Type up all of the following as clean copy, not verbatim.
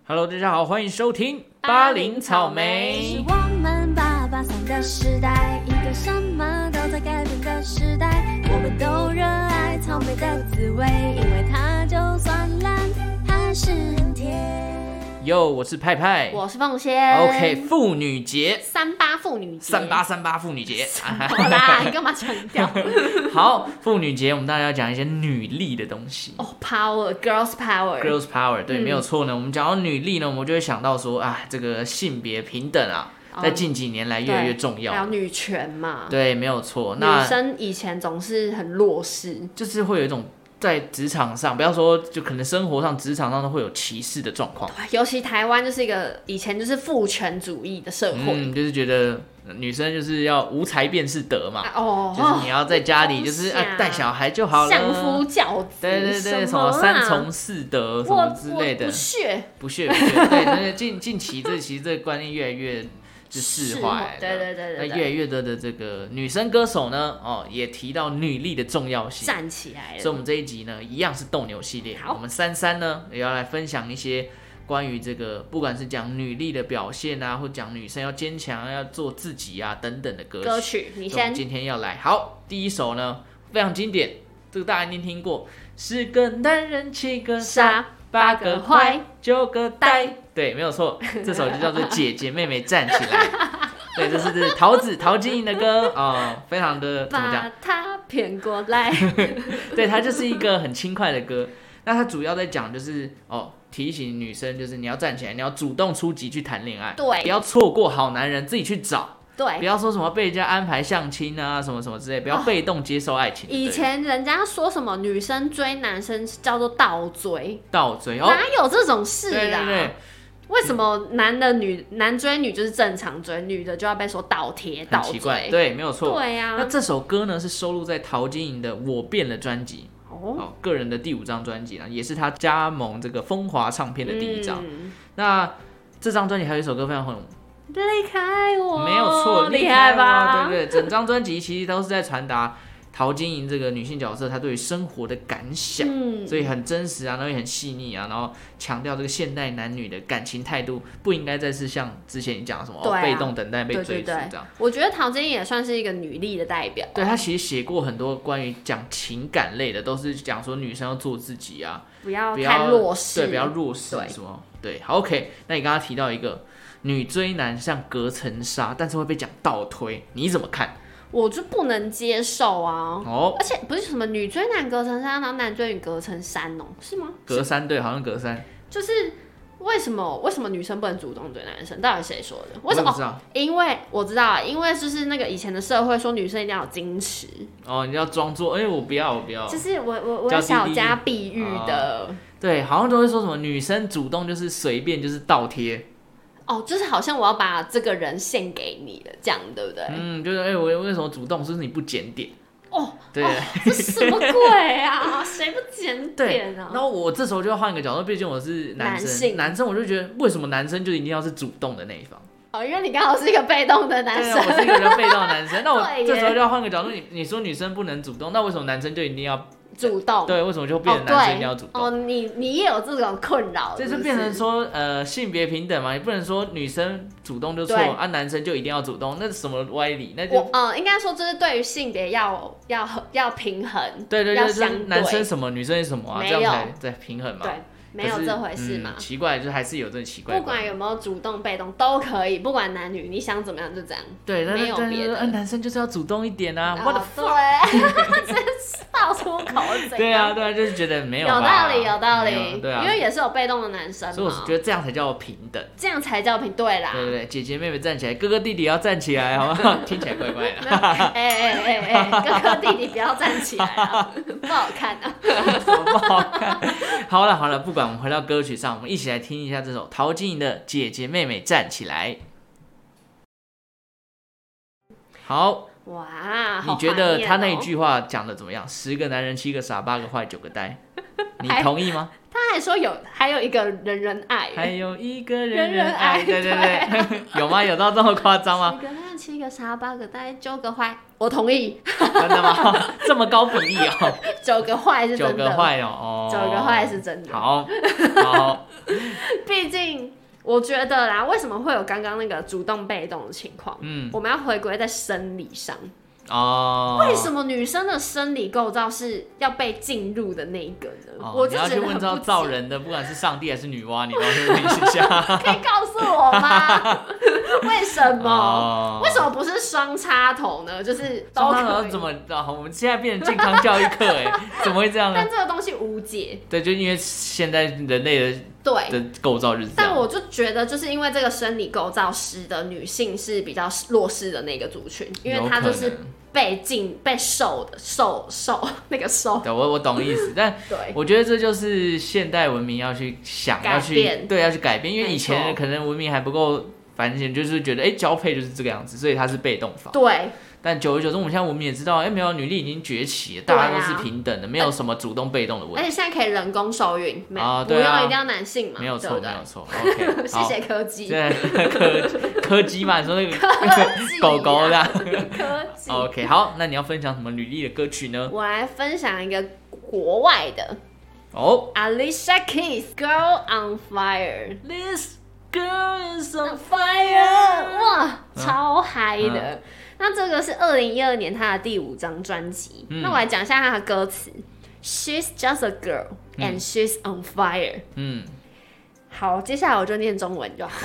Hello， 大家好，欢迎收听巴林草莓。 是我们883的时代，一个什么都在改变的时代。我们都热爱草莓的滋味，因为它就算烂，还是很甜。 哟，我是派派， 我是凤仙。 OK， 妇女节 38妇女节 ，38妇女节。 好啦，你干嘛强调？ 好，妇女节我们当然要讲一些女力的东西。 Power Girls Girls Power， 对，没有错呢。我们讲到女力呢，我们就会想到说啊，这个性别平等啊，在近几年来越来越重要。 还有女权嘛？ 对，没有错。 女生以前总是很弱势， 就是会有一种在职场上，不要说就可能生活上、职场上都会有歧视的状况。 尤其台湾就是一个以前就是父权主义的社会， 就是觉得女生就是要无才便是德嘛，就是你要在家里就是带小孩就好了， 相夫教子， 对，什么三从四德什么之类的，不屑，对，近期其实这个观念越来越释怀， 对， 那越来越多的这个女生歌手呢，也提到女力的重要性， 站起来了。 所以我们这一集呢，一样是斗牛系列，我们33呢也要来分享一些关于这个，不管是讲女力的表现啊，或讲女生要坚强、要做自己啊等等的歌曲。你先。我们今天要来，好，第一首呢非常经典，这个大家一定听过，10个男人7个傻，8个坏9个呆。对，没有错，这首就叫做《姐姐妹妹站起来》。对，这是陶晶莹的歌非常的怎么讲？ 把它骗过来。 对，它就是一个很轻快的歌。那它主要在讲就是提醒女生，就是你要站起来，你要主动出击去谈恋爱， 对， 不要错过好男人，自己去找。 对， 不要说什么被人家安排相亲啊，什么什么之类，不要被动接受爱情。 以前人家说什么女生追男生叫做倒追，哪有这种事啊？ 对。 为什么男追女就是正常追，女的就要被说倒贴倒追？ 奇怪，对，没有错。 对啊。 那这首歌呢是收录在陶晶莹的《我变了》专辑，个人的第5张专辑呢，也是她加盟这个风华唱片的第1张。那这张专辑还有一首歌非常红， 离开我， 没有错， 厉害吧？ 对，整张专辑其实都是在传达陶晶莹这个女性角色她对于生活的感想，所以很真实啊，然后也很细腻啊，然后强调这个现代男女的感情态度不应该再是像之前你讲的什么被动等待被追逐这样。 我觉得陶晶莹也算是一个女力的代表。 对，她其实写过很多关于讲情感类的，都是讲说女生要做自己啊， 不要太弱势， 对，不要弱势什么。对，好 OK。那你刚刚提到一个女追男像隔层纱，但是会被讲倒推，你怎么看？ 我就不能接受啊！而且不是什么女追男隔层纱，然后男追女隔层山是吗？ 隔山，对，好像隔山。 就是为什么女生不能主动追男生？到底谁说的？为什么？ 因为我知道，因为就是那个以前的社会说女生一定要有矜持你要装作我不要， 就是我有小家碧玉的， 对，好像都会说什么女生主动就是随便就是倒贴。 就是好像我要把这个人献给你了，这样对不对？ 就是我为什么主动？是不是你不检点？对， 这什么鬼啊？谁不检点啊？ 然后我这时候就要换一个角度，毕竟我是男生我就觉得为什么男生就一定要是主动的那一方？ 因为你刚好是一个被动的男生， 对，我是一个人被动的男生。那我这时候就要换个角度，你说女生不能主动，那为什么男生就一定要主动？ 对，为什么就变成男生一定要主动？ 你也有这种困扰， 这就变成说性别平等嘛，你不能说女生主动就错男生就一定要主动，那是什么歪理？那就应该说就是对于性别要平衡， 对，就是男生什么女生什么啊，这样才平衡嘛。 对。没有这回事嘛？ 奇怪，就还是有这奇怪。 不管有没有主动被动都可以，不管男女，你想怎么样就这样。 对， 没有别的。 男生就是要主动一点啊！我的对，真是爆出口怎样？ 对啊，就是觉得没有。 有道理，对啊，因为也是有被动的男生嘛。 所以我觉得这样才叫平等， 这样才叫平对啦。 对，姐姐妹妹站起来，哥哥弟弟要站起来，好不好？听起来怪怪的。 哥哥弟弟不要站起来啊，不好看啊。 什么不好看？好了，不管。我们回到歌曲上，我们一起来听一下这首陶晶莹的《姐姐妹妹站起来》。好， 哇， 你觉得他那一句话讲的怎么样？10个男人7个傻，8个坏9个呆，你同意吗？ 他还说还有一个人爱， 还有一个人爱，对，有吗？有到这么夸张吗？ 算7个傻8个呆9个坏，我同意。 真的吗？这么高比例哦 ？9个坏是真的。9 个坏哦 ，9个坏是真的。 好， 毕竟我觉得啦，为什么会有刚刚那个主动被动的情况？我们要回归在生理上。为什么女生的生理构造是要被进入的那一个呢？我就你要去问造人的，不管是上帝还是女娲，你都要去问一下。 可以告诉我吗？为什么？为什么不是双插头呢？就是都可以。 怎么？我们现在变成健康教育课怎么会这样呢？ 但这个东西无解。 对，就因为现在人类的构造就是这样。 但我就觉得，就是因为这个生理构造使得女性是比较弱势的那个族群，因为她就是被受那个受。 对，我懂意思，但我觉得这就是现代文明要去想，要去改变，因为以前可能文明还不够繁衍，就是觉得交配就是这个样子，所以它是被动法。 对。 但久而久之，我们现在文明也知道，没有，女力已经崛起了，大家都是平等的，没有什么主动被动的问题。 而且现在可以人工受孕，不用一定要男性嘛， 没有错，没有错。OK， 谢谢科技。 对，柯基嘛，你说那个狗狗的科技。 OK， 好，那你要分享什么女力的歌曲呢？ 我来分享一个国外的Alicia Keys，Girl on Fire。This girl is on fire， 哇，超嗨的。那这个是2012年他的第5张专辑。那我来讲一下他的歌词。She's just a girl and she's on fire。好，接下来我就念中文就好。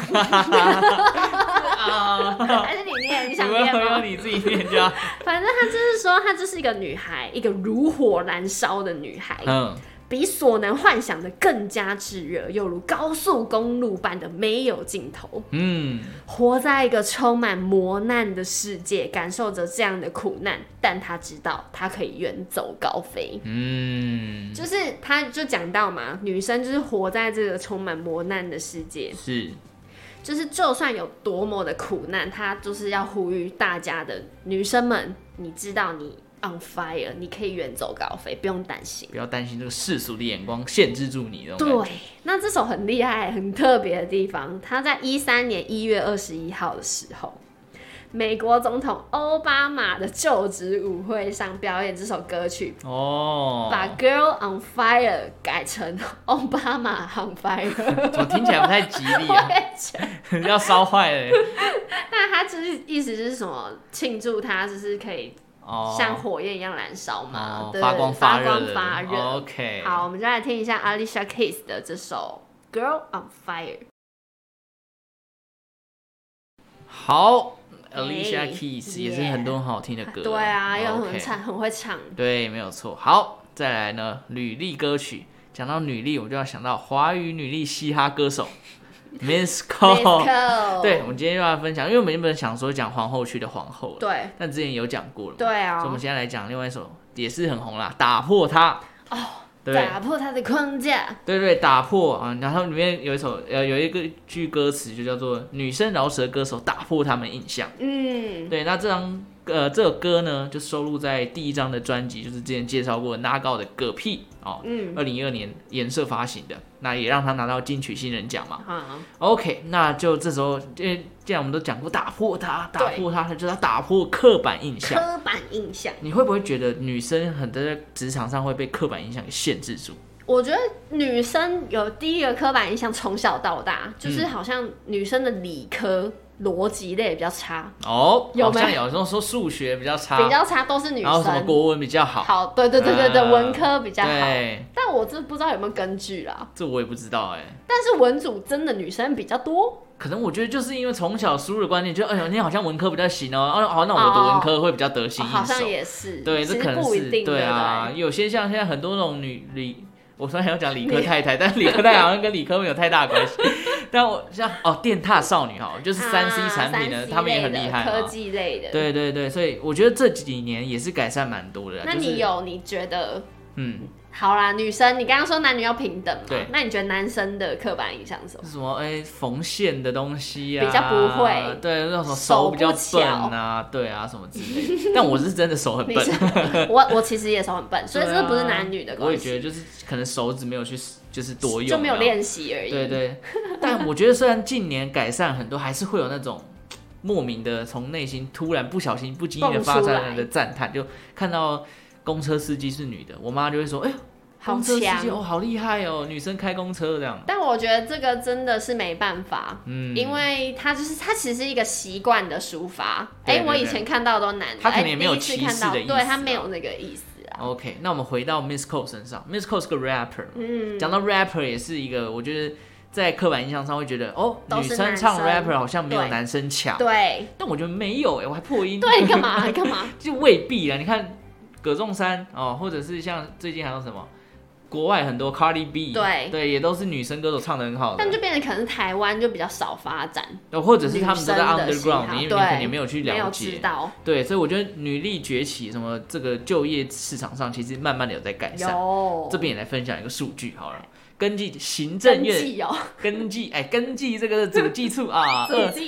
还是你念？你想念吗？ 你自己念就好。 反正他就是说，她就是一个女孩，一个如火燃烧的女孩。比所能幻想的更加炙热，犹如高速公路般的没有尽头。活在一个充满磨难的世界，感受着这样的苦难，但他知道他可以远走高飞。就是他就讲到嘛，女生就是活在这个充满磨难的世界，就是就算有多么的苦难，他就是要呼吁大家的女生们，你知道你on fire， 你可以远走高飞，不用担心， 不要担心这个世俗的眼光限制住你。 对，那这首很厉害、很特别的地方，它在2013年1月21号的时候，美国总统奥巴马的就职舞会上表演这首歌曲，把 Girl on Fire 改成奥巴马 on Fire， 怎么听起来不太吉利啊？要烧坏了。 那他就是意思是什么？庆祝他就是可以像火焰一样燃烧嘛， 发光发热。 OK， 好，我们就来听一下 Alicia Keys 的这首 Girl on Fire。 好。Alicia Keys 也是很多很好听的歌， 对啊，又很会唱， 对，没有错。好，再来呢，女力歌曲。讲到女力，我就要想到华语女力嘻哈歌手 Miss Cole。对，我们今天又要分享，因为我们原本想说讲皇后区的皇后， 对， 但之前有讲过了， 对啊， 所以我们现在来讲另外一首也是很红啦，打破它。 打破它的框架。 对，打破啊！然后里面有一句歌词就叫做“女生饶舌歌手打破他们印象”。对，那这首歌呢，就收录在第1张的专辑，就是之前介绍过的那高的嗝屁2012年颜色发行的，那也让他拿到金曲新人奖嘛。OK， 那就这时候，既然我们都讲过打破它，就是要打破刻板印象。你会不会觉得女生很多在职场上会被刻板印象给限制住？ 我觉得女生有第一个刻板印象，从小到大就是好像女生的理科逻辑类比较差有没有？好像有时候说数学比较差都是女生， 然后什么国文比较好， 对，文科比较好。但我真不知道有没有根据啦， 这我也不知道但是文组真的女生比较多， 可能我觉得就是因为从小输入的观念，就你好像文科比较行好，那我读文科会比较得心应手， 好像也是， 对，这可能是对啊。有些像现在很多那种我虽然要讲理科太太，但理科太太好像跟理科没有太大关系。但我像电踏少女就是 3C 产品的，他们也很厉害， 科技类的。 对，所以我觉得这几年也是改善蛮多的。 那你觉得好啦，女生，你刚刚说男女要平等嘛？ 对。 那你觉得男生的刻板印象是什么？ 是什么？缝线的东西啊， 比较不会。 对，那种手比较笨啊，对啊，什么之类的。但我是真的手很笨。 我其实也手很笨，所以这不是男女的关系。 我也觉得就是可能手指没有去就是多用， 就没有练习而已。 对。但我觉得虽然近年改善很多，还是会有那种莫名的从内心突然不小心不经意的发出来的赞叹，就看到公车司机是女的，我妈就会说：“哎呦，公车司机哦，好厉害哦，女生开公车这样。” 但我觉得这个真的是没办法，因为它其实是一个习惯的抒发。我以前看到都男的， 他可能也没有歧视的意思， 对他没有那个意思。 OK， 那我们回到 Miss Cole 身上 ，Miss Cole 是个 rapper，讲到 rapper 也是一个，我觉得在刻板印象上会觉得，女生唱 rapper 好像没有男生强， 对， 但我觉得没有我还破音， 对，干嘛？ 就未必啦。你看葛仲山或者是像最近还有什么？国外很多 Cardi B， 对，也都是女生歌手唱得很好的， 但就变成可能台湾就比较少发展， 或者是他们都在 underground， 你可能没有去了解， 没有知道， 对，所以我觉得女力崛起，什么这个就业市场上其实慢慢的有在改善。这边也来分享一个数据好了，根据行政院根据这个记处啊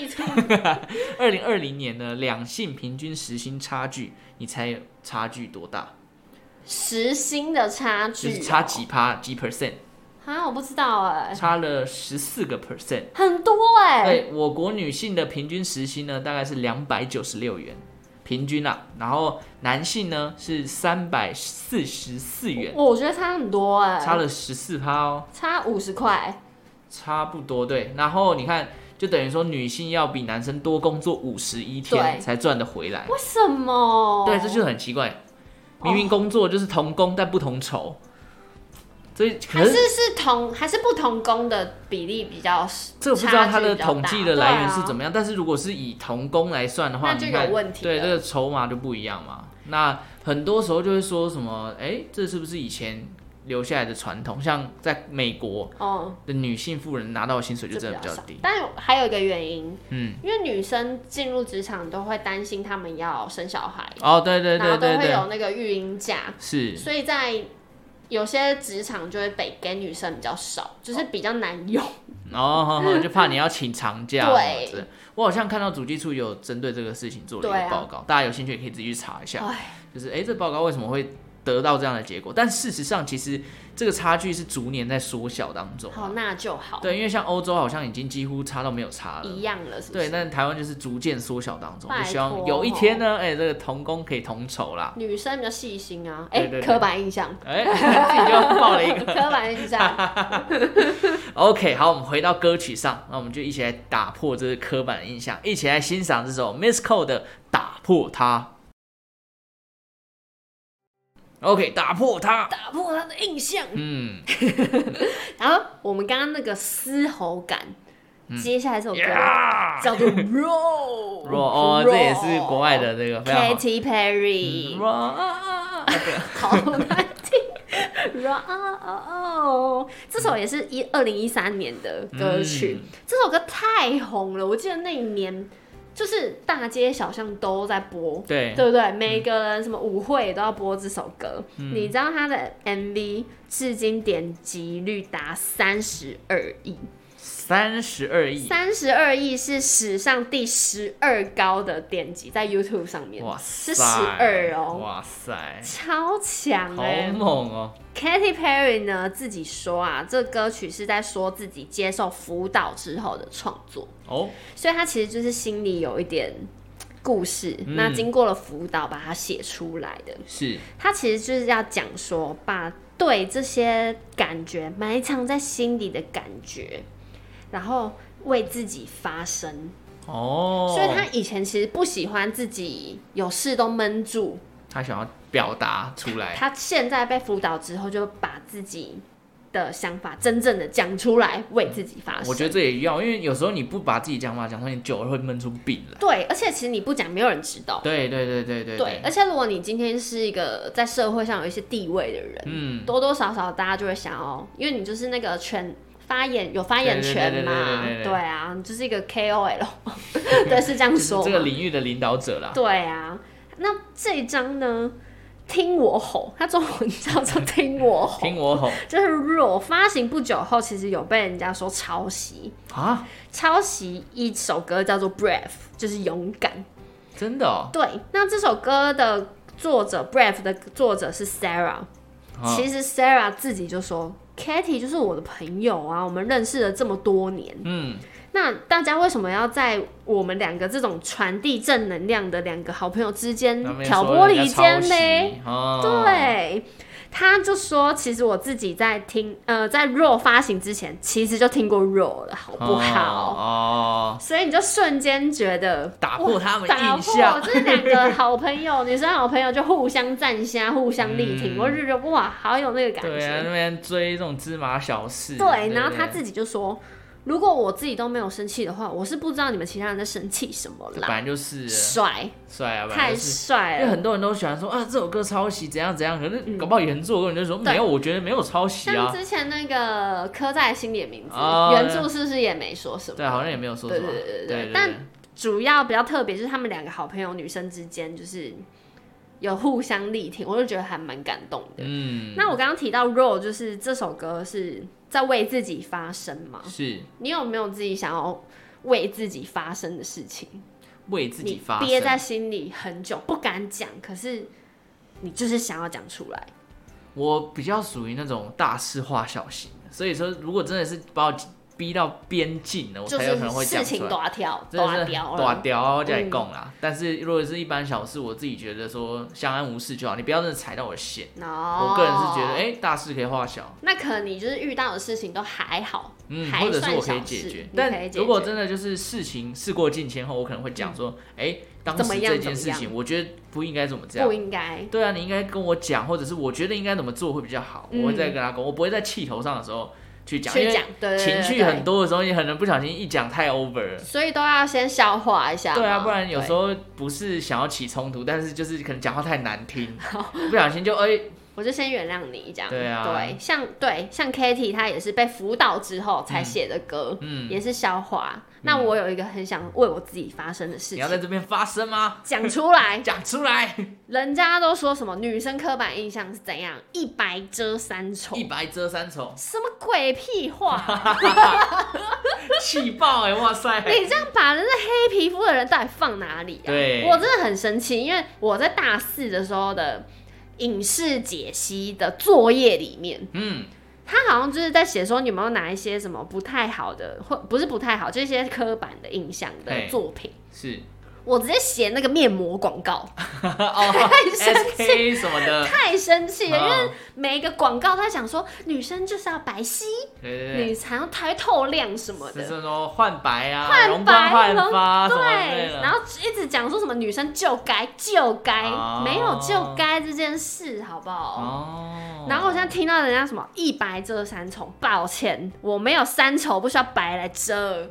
，2020年呢两性平均时薪差距，你猜差距多大？ 时薪的差距就是差几% 啊？我不知道差了14%， 很多对，我国女性的平均时薪呢，大概是296元，平均啦。然后男性呢是344元， 我觉得差很多差了14%哦， 差50块， 差不多对。然后你看，就等于说女性要比男生多工作51天才赚得回来， 为什么？ 对，这就很奇怪。明明工作就是同工但不同酬，所以还是不同工的比例比较， 这个不知道它的统计的来源是怎么样。但是如果是以同工来算的话， 那就有问题。 对，这个筹码就不一样嘛。那很多时候就会说什么，这是不是以前留下来的传统？像在美国的女性妇人拿到的薪水就真的比较低。 但还有一个原因，因为女生进入职场都会担心她们要生小孩， 对， 然后都会有那个育婴假， 是， 所以在有些职场就会给女生比较少，就是比较难用。 就怕你要请长假。 对， 我好像看到主计处有针对这个事情做了一个报告，大家有兴趣也可以自己去查一下。就是这报告为什么会得到这样的结果？但事实上，其实这个差距是逐年在缩小当中。 好，那就好。 对，因为像欧洲好像已经几乎差到没有差了， 一样了，是不是？ 对，但台湾就是逐渐缩小当中，就希望有一天呢，这个同工可以同酬啦。 女生比较细心啊， 对， 刻板印象， 自己就爆了一个刻板印象。 OK， 好，我们回到歌曲上，那我们就一起来打破这个刻板印象，一起来欣赏这首 Miss Cole 的《打破它》。OK， 打破它的印象。然后我们刚刚那个嘶吼感，接下来这首歌叫做 Raw， 这也是国外的这个 Katy Perry， 好难听。Raw， 这首也是2013年的歌曲，这首歌太红了，我记得那一年。就是大街小巷都在播，对不对？每个人什么舞会都要播这首歌。你知道他的 MV 至今点击率达32亿，32亿是史上第12高的点击，在 YouTube 上面，是12哦， 哇塞， 超强好猛哦。 Katy Perry 呢自己说这歌曲是在说自己接受辅导之后的创作所以他其实就是心里有一点故事，那经过了辅导把它写出来的。 是， 他其实就是要讲说，把对这些感觉埋藏在心里的感觉，然后为自己发声所以他以前其实不喜欢自己有事都闷住， 他想要表达出来。 他现在被辅导之后，就把自己的想法真正的讲出来，为自己发声。 我觉得这也要，因为有时候你不把自己讲法讲出来，你久了会闷出病来。 对，而且其实你不讲，没有人知道。 对， 而且如果你今天是一个在社会上有一些地位的人，多多少少大家就会想因为你就是那个有发言权嘛，对啊，你就是一个 KOL， 对，是这样说， 这个领域的领导者啦。 对啊，那这一张呢？听我吼，它中文叫做听我吼， 听我吼， 就是 Raw 发行不久后，其实有被人家说抄袭抄袭一首歌叫做 Brave， 就是勇敢。 真的对，那这首歌的作者 Brave 的作者是 Sarah，其实 Sarah 自己就说 Katy 就是我的朋友啊，我们认识了这么多年。 那大家为什么要在我们两个这种传递正能量的两个好朋友之间挑拨离间呢？对，他就说，其实我自己在听，在 Raw 发行之前，其实就听过 Raw 了，好不好？所以你就瞬间觉得打破他们印象， 就是两个好朋友，女生好朋友就互相赞虾，互相力挺，我就觉得哇，好有那个感觉。 对啊，那边追这种芝麻小事。 对，然后他自己就说。如果我自己都没有生气的话，我是不知道你们其他人在生气什么啦。 本来就是帅啊， 太帅了。 因为很多人都喜欢说啊，这首歌抄袭怎样怎样，可是搞不好原作根本就说没有，我觉得没有抄袭啊。 像之前那个刻在心里的名字，原著是不是也没说什么？ 对，好像也没有说什么。对。 但主要比较特别就是他们两个好朋友女生之间就是有互相力挺，我就觉得还蛮感动的。那我刚刚提到 Raw， 就是这首歌是在为自己发声嘛？ 是。你有没有自己想要为自己发声的事情？ 为自己发声， 你憋在心里很久不敢讲，可是你就是想要讲出来。 我比较属于那种大事化小型，所以说如果真的是把我逼到边境了，我才有可能会讲出来。事情大条，大条我再讲啦。但是如果是一般小事，我自己觉得说相安无事就好，你不要真的踩到我的线。我个人是觉得，大事可以化小。 那可能你就是遇到的事情都还好， 或者是我可以解决。但如果真的就是事情事过境迁后，我可能会讲说，当时这件事情，我觉得不应该怎么这样， 不应该。 对啊，你应该跟我讲，或者是我觉得应该怎么做会比较好，我会再跟他讲，我不会在气头上的时候。去讲，因为情绪很多的时候，你可能不小心一讲太 over 了， 所以都要先消化一下。 对啊，不然有时候不是想要起冲突，但是就是可能讲话太难听，不小心就我就先原谅你这样。 对啊， 像 Katy 她也是被辅导之后才写的歌，也是消化。那我有一个很想为我自己发生的事情， 你要在这边发声吗？ 讲出来， 讲出来。 人家都说什么女生刻板印象是怎样，一白遮三丑， 一白遮三丑， 什么鬼屁话？ 气爆哇塞！ 你这样把人家黑皮肤的人到底放哪里啊？ 对， 我真的很生气，因为我在大4的时候的影视解析的作业里面，他好像就是在写说你有没有哪一些什么不太好的，或不是不太好，就是一些刻板的印象的作品。 是。 我直接写那个面膜广告， 太生气什么的， 太生气了，因为每一个广告他讲说女生就是要白皙，女才要太透亮什么的， 是说换白啊， 换白换发， 对，然后一直讲说什么女生就该，没有就该这件事，好不好？然后我现在听到人家什么一白遮三丑，抱歉，我没有三丑，不需要白来遮。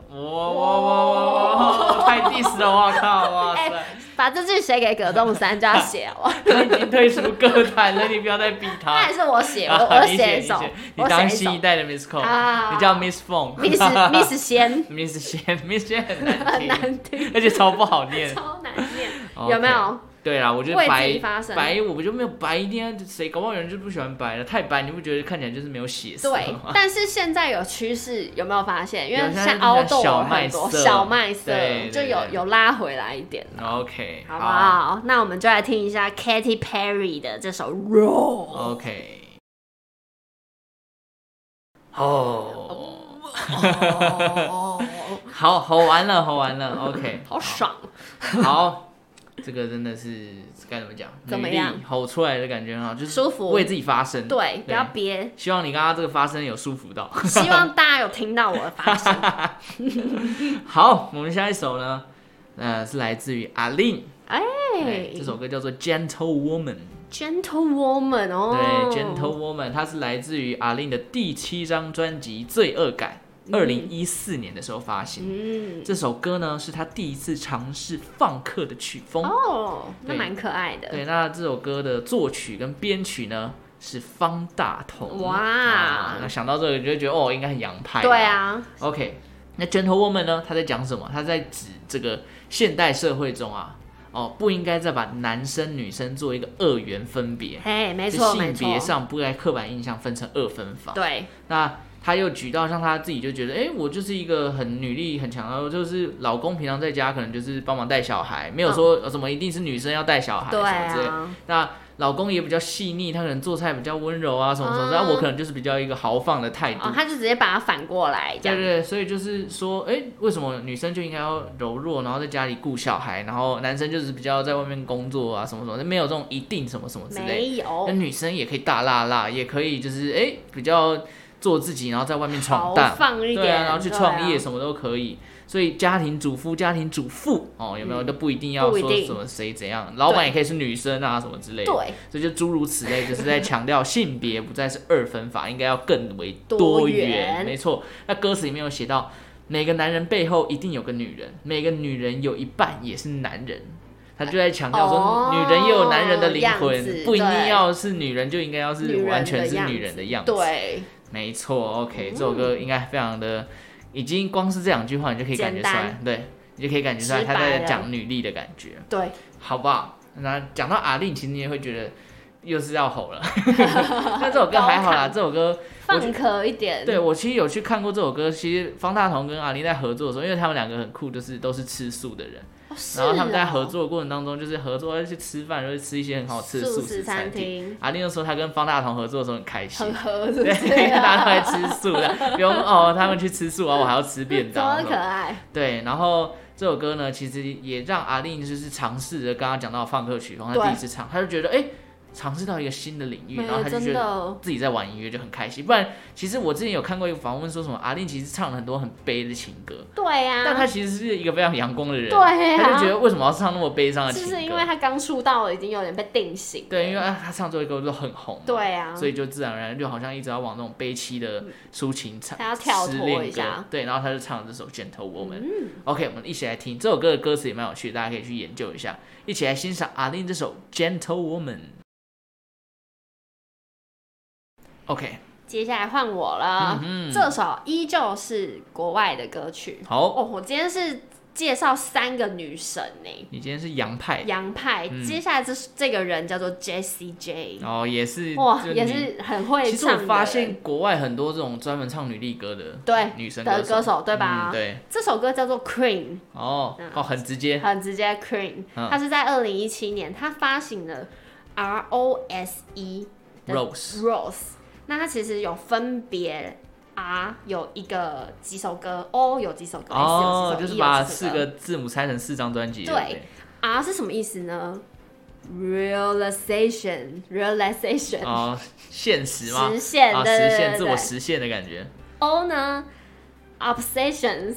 哇，太 diss 了，我靠！ 把这句写给葛栋山就要写哦。 他已经退出歌坛了，你不要再逼他。 那也是我写，我写一首。 你当新一代的 Miss Cole， 你叫 Miss Fong，Miss 仙 ，Miss 仙很难听， 而且超不好念， 超难念，有没有？ 对啦，我觉得白，我就没有白一定要谁，搞不好有人就不喜欢白了，太白你不觉得看起来就是没有血色吗？ 对，但是现在有趋势，有没有发现？因为像凹豆很多小麦色，就有拉回来一点了。 OK， 好不好？那我们就来听一下 Katy Perry 的这首 Raw。 OK， 好完了 ，OK， 好爽， 好。这个真的是该怎么讲？ 怎么样？ 吼出来的感觉很好，就是舒服， 为自己发声。 对，不要憋。 希望你刚刚这个发声有舒服到。 希望大家有听到我的发声。 好，我们下一首呢，是来自于阿令。这首歌叫做《Gentle Woman》。Gentle Woman 哦。 对 ，Gentle Woman， 它是来自于阿令的第7张专辑《罪恶感》。2014年的时候发行，这首歌呢是他第一次尝试放克的曲风那蛮可爱的。 对，那这首歌的作曲跟编曲呢是方大同。 哇， 那想到这个你就觉得应该很洋派。 对啊。 OK， 那 Gentle Woman 呢，他在讲什么？他在指这个现代社会中不应该再把男生女生做一个二元分别。 没错， 性别上不该刻板印象分成二分法。 对， 那他又举到像他自己就觉得，我就是一个很女力很强的，就是老公平常在家可能就是帮忙带小孩，没有说什么一定是女生要带小孩什么之类的。那老公也比较细腻，他可能做菜比较温柔啊什么什么，然后我可能就是比较一个豪放的态度。 他就直接把它反过来这样。 对对，所以就是说，为什么女生就应该要柔弱，然后在家里顾小孩，然后男生就是比较在外面工作啊什么什么，没有这种一定什么什么之类。 没有。 那女生也可以大辣辣，也可以就是比较做自己，然后在外面闯荡， 豪放一点， 对啊，然后去创业什么都可以。所以家庭主夫、家庭主妇有没有都不一定要说什么谁怎样，老板也可以是女生啊什么之类的。 对， 所以就诸如此类，就是在强调性别不再是二分法，应该要更为多元。没错，那歌词里面有写到，每个男人背后一定有个女人，每个女人有一半也是男人。他就在强调说，女人也有男人的灵魂，不一定要是女人就应该要是完全是女人的样子。 对， 没错。OK，这首歌应该非常的。已经光是这2句话，你就可以感觉出来，对，你就可以感觉出来他在讲女力的感觉， 对， 好不好？那讲到阿令，其实你也会觉得又是要吼了，但这首歌还好啦，这首歌放壳一点。 对，我其实有去看过这首歌，其实方大同跟阿令在合作的时候，因为他们2个很酷，就是都是吃素的人。然后他们在合作的过程当中，就是合作去吃饭，就去吃一些很好吃的素食餐厅。阿令就说他跟方大同合作的时候很开心， 很合， 对，因为大家都在吃素的，不用他们去吃素我还要吃便当， 多可爱。 对，然后这首歌呢，其实也让阿令就是尝试着刚刚讲到放克曲风，他第一次唱，他就觉得尝试到一个新的领域，然后他就觉得自己在玩音乐就很开心。不然，其实我之前有看过一个访问，说什么阿令其实唱了很多很悲的情歌， 对啊， 但他其实是一个非常阳光的人， 对啊， 他就觉得为什么要唱那么悲伤的情歌？ 就是因为他刚出道已经有点被定型， 对，因为他唱这首歌都很红， 对啊， 所以就自然而然就好像一直要往那种悲凄的抒情唱， 他要跳脱一下， 对，然后他就唱了这首《Gentle Woman》。OK， 我们一起来听这首歌的歌词也蛮有趣的，大家可以去研究一下，一起来欣赏阿令这首《Gentle Woman》。OK， 接下来换我了。这首依旧是国外的歌曲。 好我今天是介绍3个女神呢。 你今天是洋派。 接下来这个人叫做 Jessie J。 也是也是很会唱的。 其实我发现国外很多这种专门唱女力歌的女生的歌手，对吧？ 对。 这首歌叫做 Cream。 很直接。 Cream。它是在2017年，它发行了 ROSE Rose。那它其实有分别 R 有几首歌 ，O 有几首歌， S 有几首歌， 就是把4个字母拆成4张专辑。 对 ，R 是什么意思呢 ？Realization， 现实吗？ 实现， 实现自我实现的感觉。 O 呢 ？Obsessions，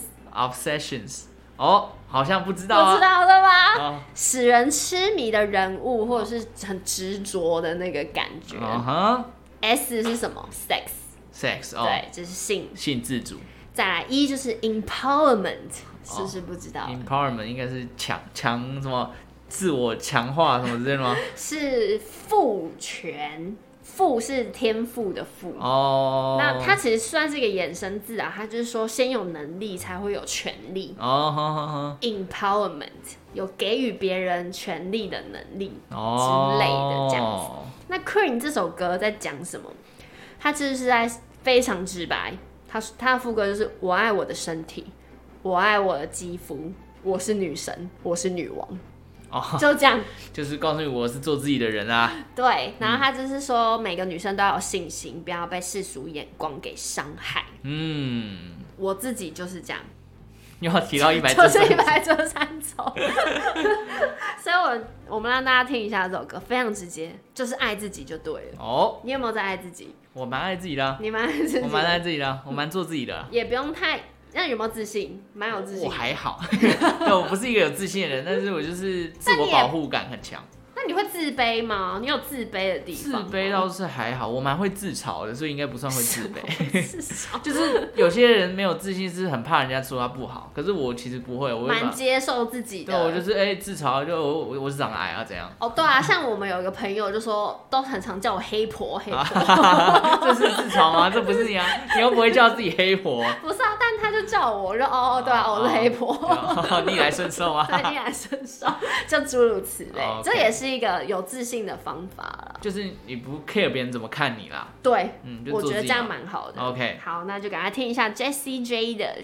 好像不知道不知道对吧？使人痴迷的人物，或者是很执着的那个感觉。S 是什么 ？Sex， 对，就是性自主。 再来E 就是 empowerment， 是不是不知道 ？empowerment 应该是强什么自我强化什么之类的吗？ 是赋权，赋是天赋的赋。那它其实算是一个衍生字啊，它就是说先有能力才会有权利。empowerment 有给予别人权利的能力之类的这样子。那 Cream 这首歌在讲什么？它就是在非常直白，它的副歌就是我爱我的身体，我爱我的肌肤，我是女神，我是女王。就这样， 就是告诉你我是做自己的人啊。 对，然后他就是说每个女生都要有信心，不要被世俗眼光给伤害。我自己就是这样。 又要提到100 就是123种。所以我们让大家听一下这首歌，非常直接，就是爱自己就对了。你有没有在爱自己？ 我蛮爱自己的。 你蛮爱自己？ 我蛮爱自己的，我蛮做自己的。 也不用太。那有没有自信？蛮有自信。 我还好，我不是一个有自信的人，但是我就是自我保护感很强。 那你会自卑吗？你有自卑的地方吗？ 自卑倒是还好，我蛮会自嘲的，所以应该不算会自卑。就是有些人没有自信，是很怕人家说他不好，可是我其实不会，我蛮接受自己的。 对，我就是自嘲，就我是长得矮啊，怎样？ 对啊，像我们有一个朋友就说，都很常叫我黑婆。 这是自嘲吗？这不是你啊，你又不会叫自己黑婆。 不是啊，但他就就叫我说哦，对啊，我是黑婆， 逆来顺受啊， 对，逆来顺受，就诸如此类，这也是一个有自信的方法啦。 就是你不 care 别人怎么看你啦。 对，我觉得这样蛮好的。 OK， 好，那就给大家听一下 Jessie J 的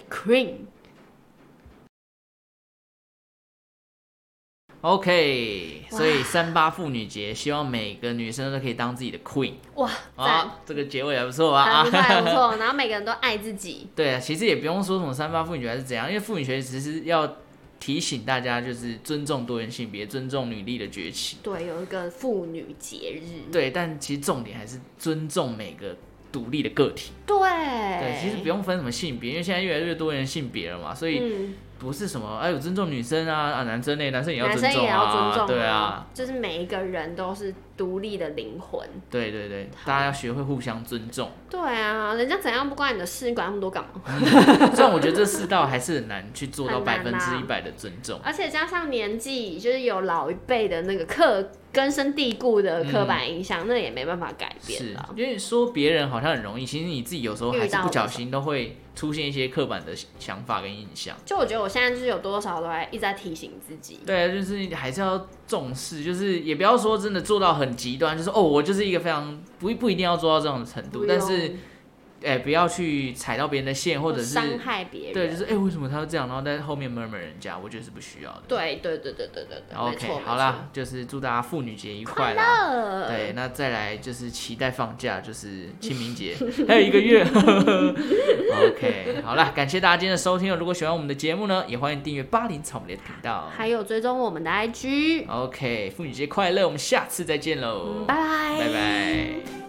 Queen。OK， 所以38妇女节，希望每个女生都可以当自己的 Queen。 哇， 这个结尾还不错啊， 还不错。然后每个人都爱自己。 对啊，其实也不用说什么38妇女节还是怎样，因为妇女节只是要提醒大家，就是尊重多元性别，尊重女力的崛起。 对，有一个妇女节日。 对，但其实重点还是尊重每个独立的个体。 对， 其实不用分什么性别，因为现在越来越多元性别了嘛，所以不是什么有尊重女生啊，男生呢，男生也要尊重啊， 男生也要尊重， 对啊， 就是每一个人都是独立的灵魂。 对对对，大家要学会互相尊重。 对啊，人家怎样不关你的事，你管那么多干嘛？ 虽然我觉得这世道还是很难去做到100%的尊重， 而且加上年纪，就是有老一辈的那个根深蒂固的刻板印象，那也没办法改变了。 因为说别人好像很容易，其实你自己有时候还是不小心都会出现一些刻板的想法跟印象。 就我觉得我现在就是有多少都一直在提醒自己。 对，就是还是要重视，就是也不要说真的做到很极端，就是我就是一个非常不一定要做到这种的程度，但是不要去踩到别人的线，或者是伤害别人。 对，就是为什么他会这样，然后在后面 murmur 人家，我觉得是不需要的。 对。 OK， 好啦，就是祝大家妇女节愉快啦！对，那再来就是期待放假，就是清明节还有1个月。OK， 好啦，感谢大家今天的收听。如果喜欢我们的节目呢，也欢迎订阅80草莓的频道， 还有追踪我们的 IG。 OK， 妇女节快乐！我们下次再见喽， 拜拜。 拜拜。